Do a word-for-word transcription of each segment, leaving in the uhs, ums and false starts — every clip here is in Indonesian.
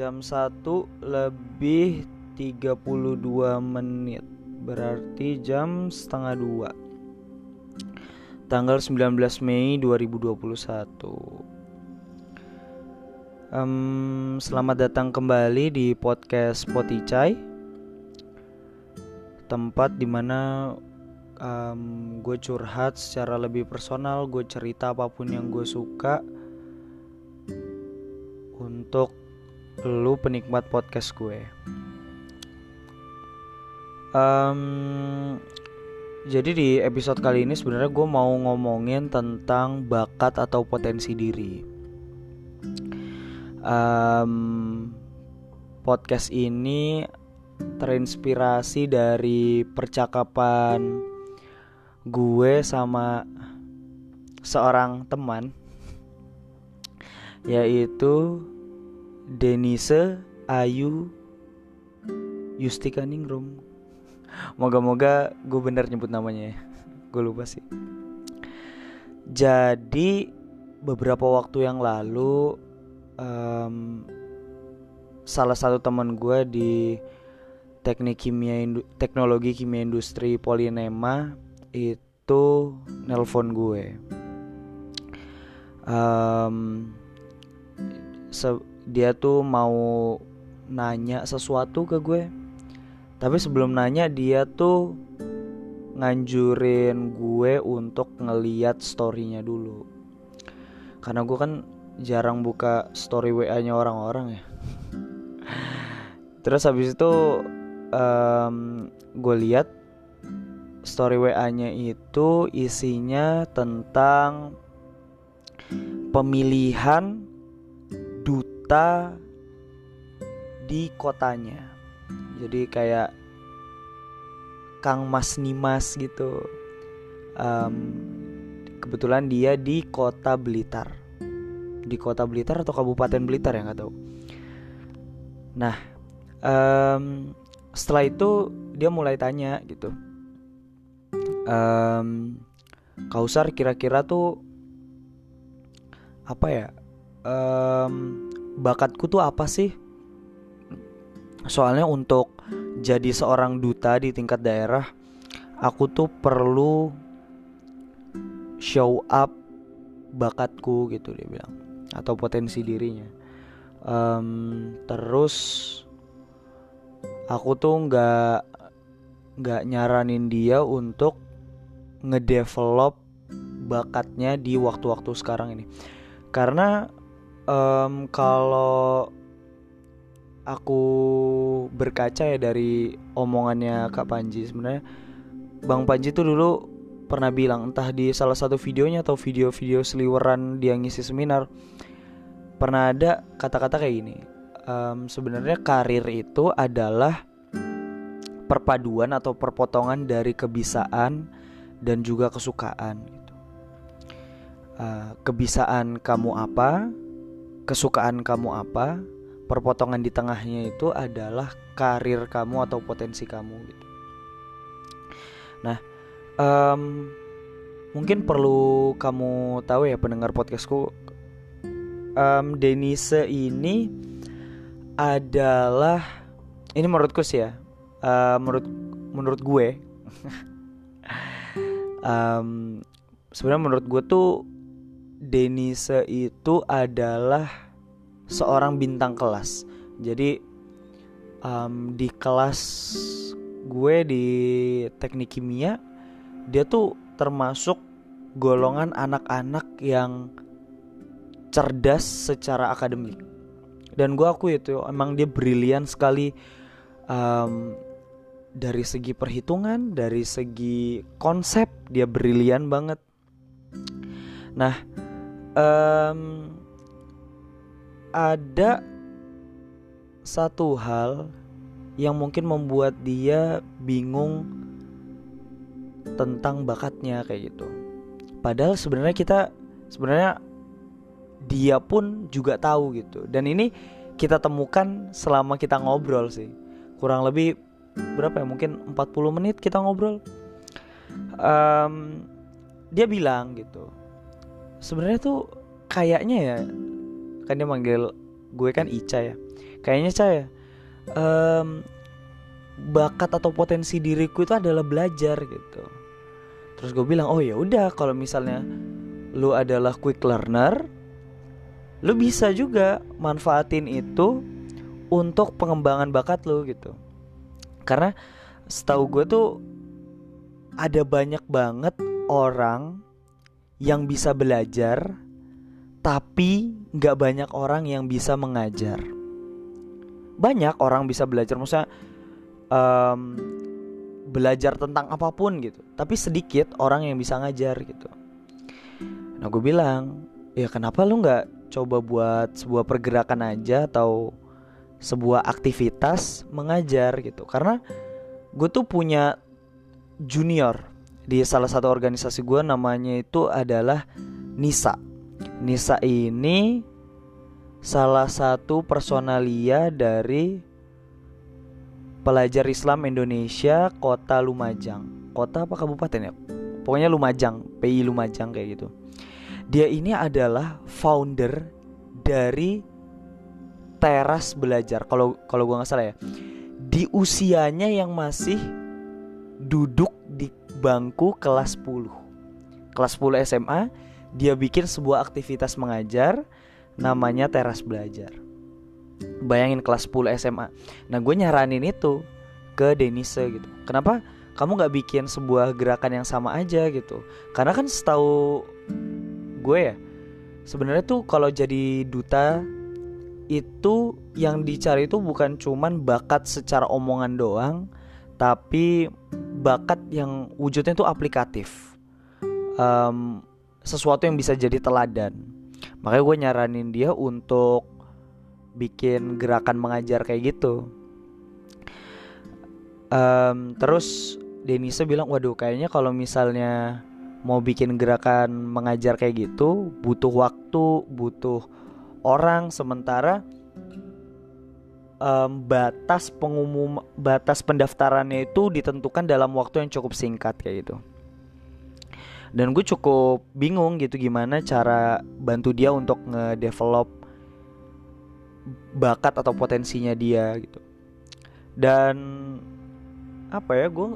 jam satu lebih tiga puluh dua menit. Berarti jam setengah dua, tanggal sembilan belas Mei dua ribu dua puluh satu. um, Selamat datang kembali di podcast Poticai, tempat dimana um, gue curhat secara lebih personal. Gue cerita apapun yang gue suka untuk lu penikmat podcast gue. um, Jadi di episode kali ini sebenarnya gue mau ngomongin tentang bakat atau potensi diri. um, Podcast ini terinspirasi dari percakapan gue sama seorang teman, yaitu Denise Ayu Yustika Ningrum. Moga-moga gue bener nyebut namanya ya. Gue lupa sih. Jadi beberapa waktu yang lalu um, salah satu teman gue di teknik kimia indu- teknologi kimia industri Polinema itu nelpon gue. Um, se- dia tuh mau nanya sesuatu ke gue. Tapi sebelum nanya dia tuh nganjurin gue untuk ngeliat story-nya dulu. Karena gue kan jarang buka story W A-nya orang-orang ya. Terus habis itu um, gue lihat story W A-nya itu isinya tentang pemilihan duta di kotanya. Jadi kayak Kang Mas Nimas gitu. um, Kebetulan dia di kota Blitar. Di kota Blitar atau Kabupaten Blitar ya, gak tahu. Nah um, setelah itu dia mulai tanya gitu, um, Kausar kira-kira tuh apa ya, um, bakatku tuh apa sih? Soalnya untuk jadi seorang duta di tingkat daerah, aku tuh perlu show up bakatku gitu, dia bilang, atau potensi dirinya. um, Terus aku tuh gak, gak nyaranin dia untuk ngedevelop bakatnya di waktu-waktu sekarang ini. Karena um, kalau aku berkaca ya dari omongannya Kak Panji, sebenarnya Bang Panji tuh dulu pernah bilang, entah di salah satu videonya atau video-video seliweran dia ngisi seminar, pernah ada kata-kata kayak gini, um, sebenarnya karir itu adalah perpaduan atau perpotongan dari kebisaan dan juga kesukaan gitu. uh, Kebisaan kamu apa, kesukaan kamu apa, perpotongan di tengahnya itu adalah karir kamu atau potensi kamu gitu. Nah, um, mungkin perlu kamu tahu ya pendengar podcastku, um, Denise ini adalah, ini menurutku sih ya, uh, menurut menurut gue, um, sebenarnya menurut gue tuh Denise itu adalah seorang bintang kelas. Jadi um, di kelas gue di teknik kimia, dia tuh termasuk golongan anak-anak yang cerdas secara akademik. Dan gue akui itu emang dia brilian sekali, um, dari segi perhitungan, dari segi konsep dia brilian banget. Nah um, ada satu hal yang mungkin membuat dia bingung tentang bakatnya kayak gitu. Padahal sebenarnya kita sebenarnya dia pun juga tahu gitu. Dan ini kita temukan selama kita ngobrol sih. Kurang lebih berapa ya? Mungkin empat puluh menit kita ngobrol. Um, dia bilang gitu, sebenarnya tuh kayaknya ya, kan dia manggil gue kan Ica ya, kayaknya saya um, bakat atau potensi diriku itu adalah belajar gitu. Terus gue bilang, oh ya udah, kalau misalnya lu adalah quick learner, lu bisa juga manfaatin itu untuk pengembangan bakat lu gitu. Karena setahu gue tuh ada banyak banget orang yang bisa belajar, tapi gak banyak orang yang bisa mengajar. Banyak orang bisa belajar, maksudnya um, belajar tentang apapun gitu, tapi sedikit orang yang bisa ngajar gitu. Nah gue bilang, ya kenapa lu gak coba buat sebuah pergerakan aja atau sebuah aktivitas mengajar gitu. Karena gue tuh punya junior di salah satu organisasi gue, namanya itu adalah Nisa. Nisa ini salah satu personalia dari pelajar Islam Indonesia Kota Lumajang. Kota apa kabupaten ya? Pokoknya Lumajang, P I Lumajang kayak gitu. Dia ini adalah founder dari Teras Belajar. Kalau kalau gua nggak salah ya. Di usianya yang masih duduk di bangku kelas sepuluh. Kelas sepuluh S M A, dia bikin sebuah aktivitas mengajar namanya Teras Belajar. Bayangin kelas sepuluh S M A. Nah gue nyaranin itu ke Denise gitu. Kenapa kamu gak bikin sebuah gerakan yang sama aja gitu? Karena kan setahu gue ya, sebenarnya tuh kalau jadi duta itu yang dicari itu bukan cuman bakat secara omongan doang, tapi bakat yang wujudnya tuh aplikatif, um, sesuatu yang bisa jadi teladan. Makanya gue nyaranin dia untuk bikin gerakan mengajar kayak gitu. um, Terus Denise bilang, waduh kayaknya kalau misalnya mau bikin gerakan mengajar kayak gitu butuh waktu, butuh orang. Sementara um, batas pengumum batas pendaftarannya itu ditentukan dalam waktu yang cukup singkat kayak gitu. Dan gue cukup bingung gitu gimana cara bantu dia untuk ngedevelop bakat atau potensinya dia gitu. Dan apa ya, gue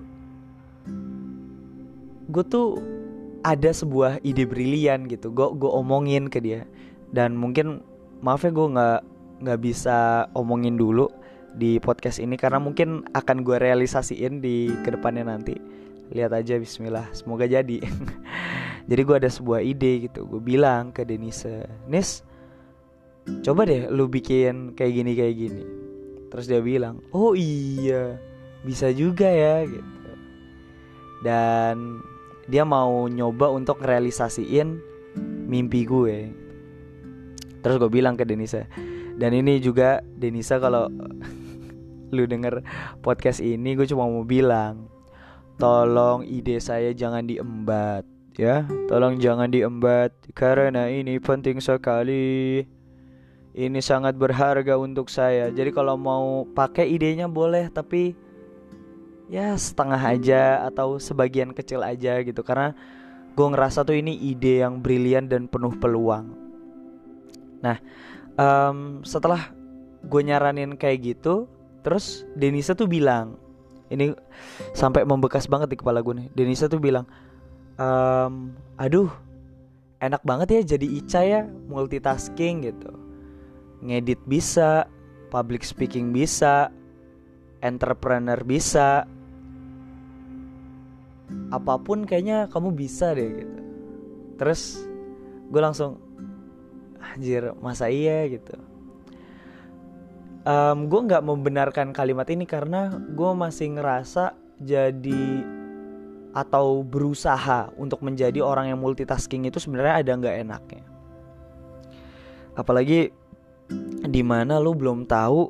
gue tuh ada sebuah ide brilian gitu. Gue gue omongin ke dia. Dan mungkin maaf ya gue nggak nggak bisa omongin dulu di podcast ini karena mungkin akan gue realisasiin di kedepannya nanti. Lihat aja, bismillah, semoga jadi. Jadi gue ada sebuah ide gitu. Gue bilang ke Denise, Nis, coba deh lu bikin kayak gini kayak gini. Terus dia bilang, oh iya bisa juga ya gitu. Dan dia mau nyoba untuk realisasiin mimpi gue. Terus gue bilang ke Denisa, dan ini juga Denisa, kalau lu denger podcast ini, gue cuma mau bilang, tolong ide saya jangan diembat ya. Tolong jangan diembat karena ini penting sekali. Ini sangat berharga untuk saya. Jadi kalau mau pakai idenya boleh, tapi ya setengah aja atau sebagian kecil aja gitu. Karena gue ngerasa tuh ini ide yang brilian dan penuh peluang. Nah um, setelah gue nyaranin kayak gitu, terus Denisa tuh bilang, ini sampai membekas banget di kepala gue nih. Denisa tuh bilang, um, aduh enak banget ya jadi Ica ya, multitasking gitu. Ngedit bisa, public speaking bisa, entrepreneur bisa, apapun kayaknya kamu bisa deh gitu. Terus gue langsung, anjir masa iya gitu. um, Gue gak membenarkan kalimat ini karena gue masih ngerasa jadi atau berusaha untuk menjadi orang yang multitasking itu sebenarnya ada gak enaknya. Apalagi dimana lu belum tahu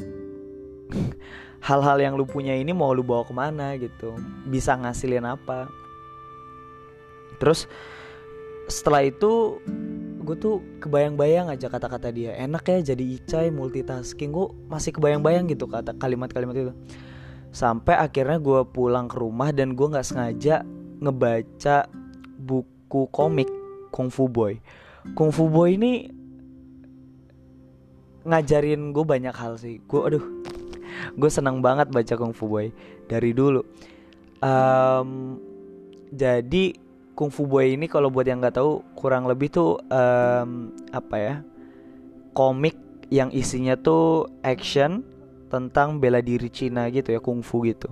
hal-hal yang lu punya ini mau lu bawa kemana gitu, bisa ngasilin apa. Terus setelah itu gue tuh kebayang-bayang aja kata-kata dia, enak ya jadi Icai multitasking. Gue masih kebayang-bayang gitu kata kalimat-kalimat itu. Sampai akhirnya gue pulang ke rumah dan gue gak sengaja ngebaca buku komik Kung Fu Boy. Kung Fu Boy ini ngajarin gue banyak hal sih. Gue aduh, gue senang banget baca Kung Fu Boy dari dulu. Um, jadi Kung Fu Boy ini kalau buat yang nggak tahu, kurang lebih tuh um, apa ya, komik yang isinya tuh action tentang bela diri Cina gitu ya, Kung Fu gitu.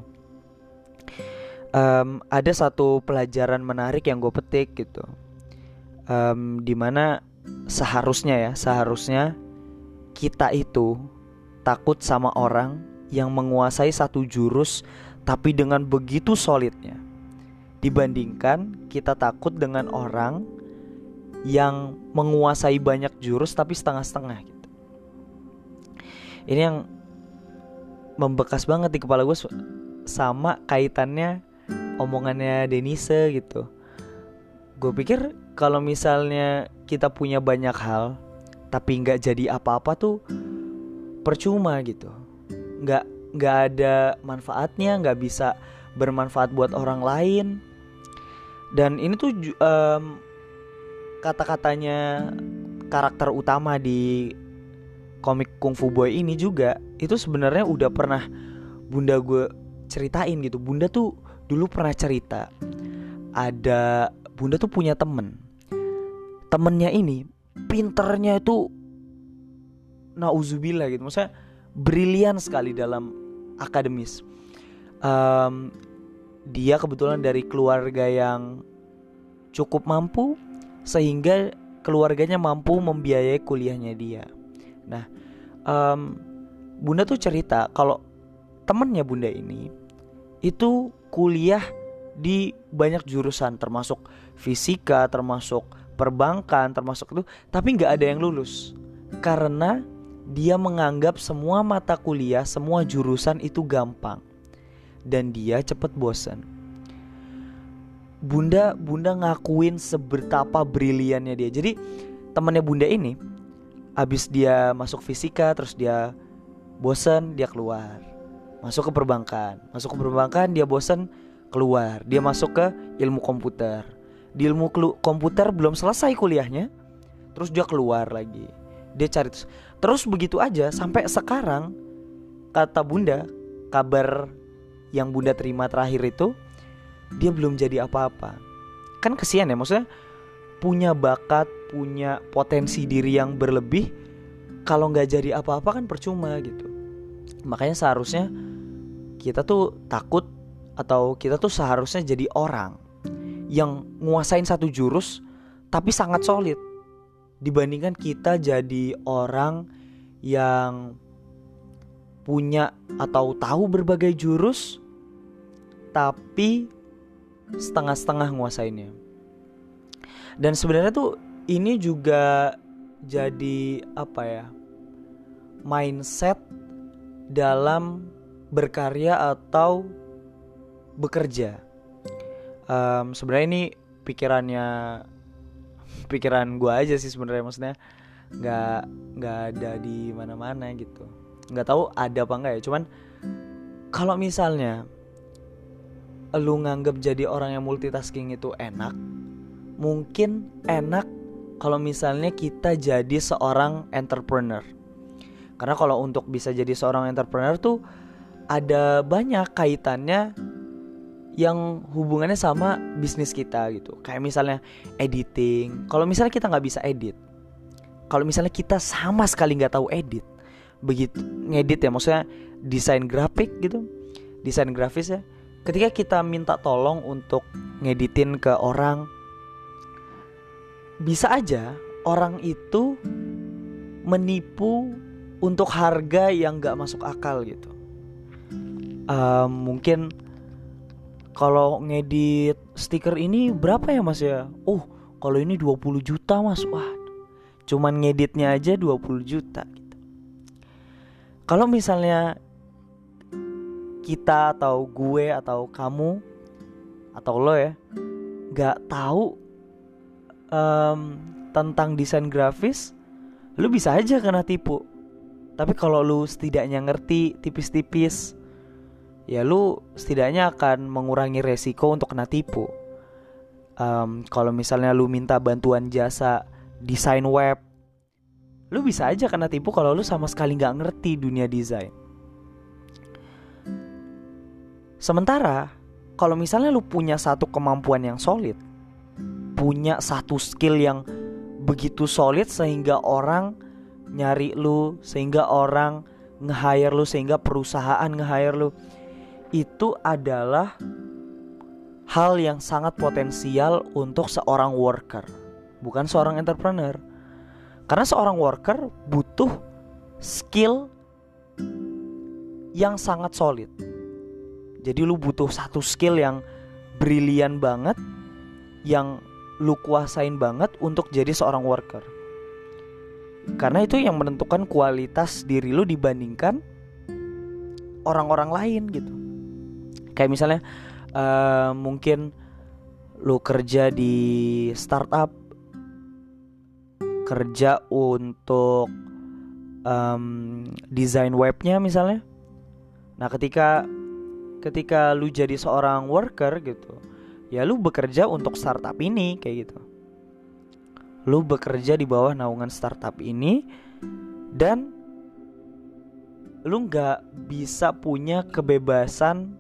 Um, ada satu pelajaran menarik yang gue petik gitu, um, dimana seharusnya ya, seharusnya kita itu takut sama orang yang menguasai satu jurus tapi dengan begitu solidnya, dibandingkan kita takut dengan orang yang menguasai banyak jurus tapi setengah-setengah gitu. Ini yang membekas banget di kepala gue, sama kaitannya omongannya Denise gitu. Gue pikir kalau misalnya kita punya banyak hal tapi nggak jadi apa-apa tuh percuma gitu, nggak nggak ada manfaatnya, nggak bisa bermanfaat buat orang lain. Dan ini tuh um, kata-katanya karakter utama di komik Kung Fu Boy ini juga itu sebenarnya udah pernah bunda gue ceritain gitu. Bunda tuh dulu pernah cerita, ada bunda tuh punya temen, temennya ini pinternya itu nauzubillah gitu, maksudnya brilian sekali dalam akademis. um, Dia kebetulan dari keluarga yang cukup mampu, sehingga keluarganya mampu membiayai kuliahnya dia. Nah, um, bunda tuh cerita kalau temennya bunda ini itu kuliah di banyak jurusan, termasuk fisika, termasuk perbankan, termasuk itu, tapi nggak ada yang lulus karena dia menganggap semua mata kuliah, semua jurusan itu gampang, dan dia cepet bosan. Bunda bunda ngakuin seberapa briliannya dia. Jadi temannya bunda ini, abis dia masuk fisika, terus dia bosan, dia keluar, masuk ke perbankan. Masuk ke perbankan, dia bosan, keluar, dia masuk ke ilmu komputer. Di ilmu kelu- komputer belum selesai kuliahnya, terus dia keluar lagi, dia cari terus, terus begitu aja sampai sekarang. Kata bunda, kabar yang bunda terima terakhir itu, dia belum jadi apa-apa. Kan kesian ya, maksudnya punya bakat, punya potensi diri yang berlebih, kalau nggak jadi apa-apa kan percuma gitu. Makanya seharusnya kita tuh takut, atau kita tuh seharusnya jadi orang yang nguasain satu jurus tapi sangat solid, dibandingkan kita jadi orang yang punya atau tahu berbagai jurus tapi setengah-setengah nguasainnya. Dan sebenarnya tuh ini juga jadi apa ya, mindset dalam berkarya atau bekerja. Um, sebenarnya ini pikirannya pikiran gue aja sih sebenarnya, maksudnya nggak nggak ada di mana-mana gitu. Nggak tahu ada apa nggak ya. Cuman kalau misalnya lu nganggap jadi orang yang multitasking itu enak, mungkin enak kalau misalnya kita jadi seorang entrepreneur. Karena kalau untuk bisa jadi seorang entrepreneur tuh ada banyak kaitannya yang hubungannya sama bisnis kita gitu. Kayak misalnya editing. Kalau misalnya kita nggak bisa edit, kalau misalnya kita sama sekali nggak tahu edit, begitu ngedit ya, maksudnya desain grafik gitu, desain grafis ya, ketika kita minta tolong untuk ngeditin ke orang, bisa aja orang itu menipu untuk harga yang nggak masuk akal gitu. Um, mungkin kalau ngedit stiker ini berapa ya mas ya? Oh, kalau ini dua puluh juta mas. Wah, cuman ngeditnya aja dua puluh juta gitu. Kalau misalnya kita atau gue atau kamu atau lo ya gak tahu um, tentang desain grafis, lu bisa aja kena tipu. Tapi kalau lu setidaknya ngerti tipis-tipis, ya lu setidaknya akan mengurangi resiko untuk kena tipu. um, Kalau misalnya lu minta bantuan jasa desain web, lu bisa aja kena tipu kalau lu sama sekali nggak ngerti dunia desain. Sementara kalau misalnya lu punya satu kemampuan yang solid, punya satu skill yang begitu solid sehingga orang nyari lu, sehingga orang nge-hire lu, sehingga perusahaan nge-hire lu, itu adalah hal yang sangat potensial untuk seorang worker, bukan seorang entrepreneur. Karena seorang worker butuh skill yang sangat solid. Jadi lu butuh satu skill yang brilian banget, yang lu kuasain banget untuk jadi seorang worker. Karena itu yang menentukan kualitas diri lu dibandingkan orang-orang lain gitu. Kayak misalnya uh, mungkin lu kerja di startup, kerja untuk um, desain webnya misalnya. Nah ketika ketika lu jadi seorang worker gitu, ya lu bekerja untuk startup ini kayak gitu. Lu bekerja di bawah naungan startup ini, dan lu gak bisa punya kebebasan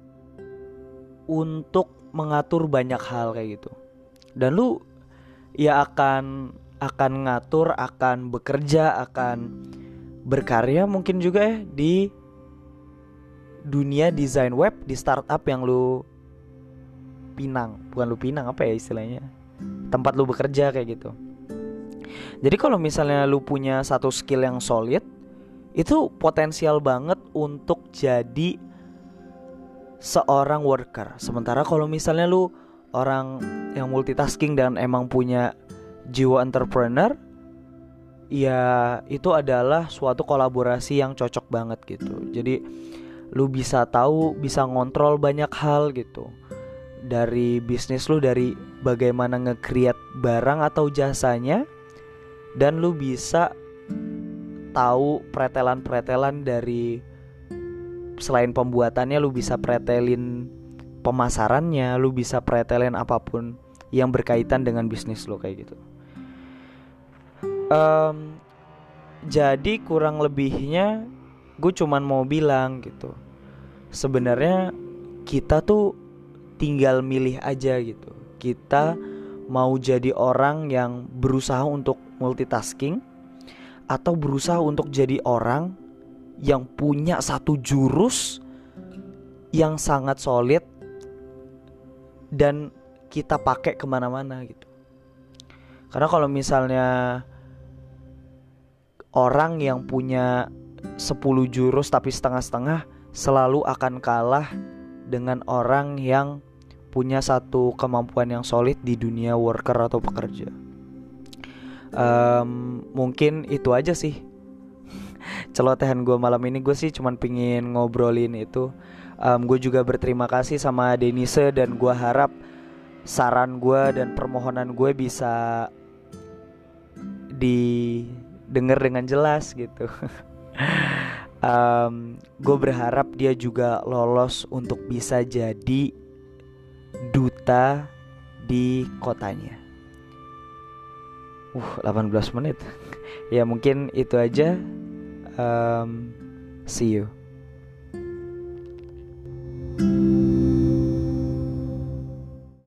untuk mengatur banyak hal kayak gitu. Dan lu ya akan akan ngatur, akan bekerja, akan berkarya mungkin juga ya di dunia desain web di startup yang lu pinang. Bukan lu pinang, apa ya istilahnya, tempat lu bekerja kayak gitu. Jadi kalau misalnya lu punya satu skill yang solid, itu potensial banget untuk jadi seorang worker. Sementara kalau misalnya lu orang yang multitasking dan emang punya jiwa entrepreneur, ya itu adalah suatu kolaborasi yang cocok banget gitu. Jadi lu bisa tahu, bisa ngontrol banyak hal gitu. Dari bisnis lu, dari bagaimana nge-create barang atau jasanya, dan lu bisa tahu pretelan-pretelan dari, selain pembuatannya, lu bisa pretelin pemasarannya, lu bisa pretelin apapun yang berkaitan dengan bisnis lu kayak gitu. Um, jadi kurang lebihnya gue cuman mau bilang gitu, sebenarnya kita tuh tinggal milih aja gitu. Kita mau jadi orang yang berusaha untuk multitasking, atau berusaha untuk jadi orang yang punya satu jurus yang sangat solid dan kita pakai kemana-mana gitu. Karena kalau misalnya orang yang punya sepuluh jurus tapi setengah-setengah, selalu akan kalah dengan orang yang punya satu kemampuan yang solid di dunia worker atau pekerja. um, Mungkin itu aja sih celotehan gue malam ini. Gue sih cuman pingin ngobrolin itu. um, Gue juga berterima kasih sama Denise, dan gue harap saran gue dan permohonan gue bisa didengar dengan jelas gitu. um, Gue berharap dia juga lolos untuk bisa jadi duta di kotanya. Uh, delapan belas menit. Ya mungkin itu aja. um, See you.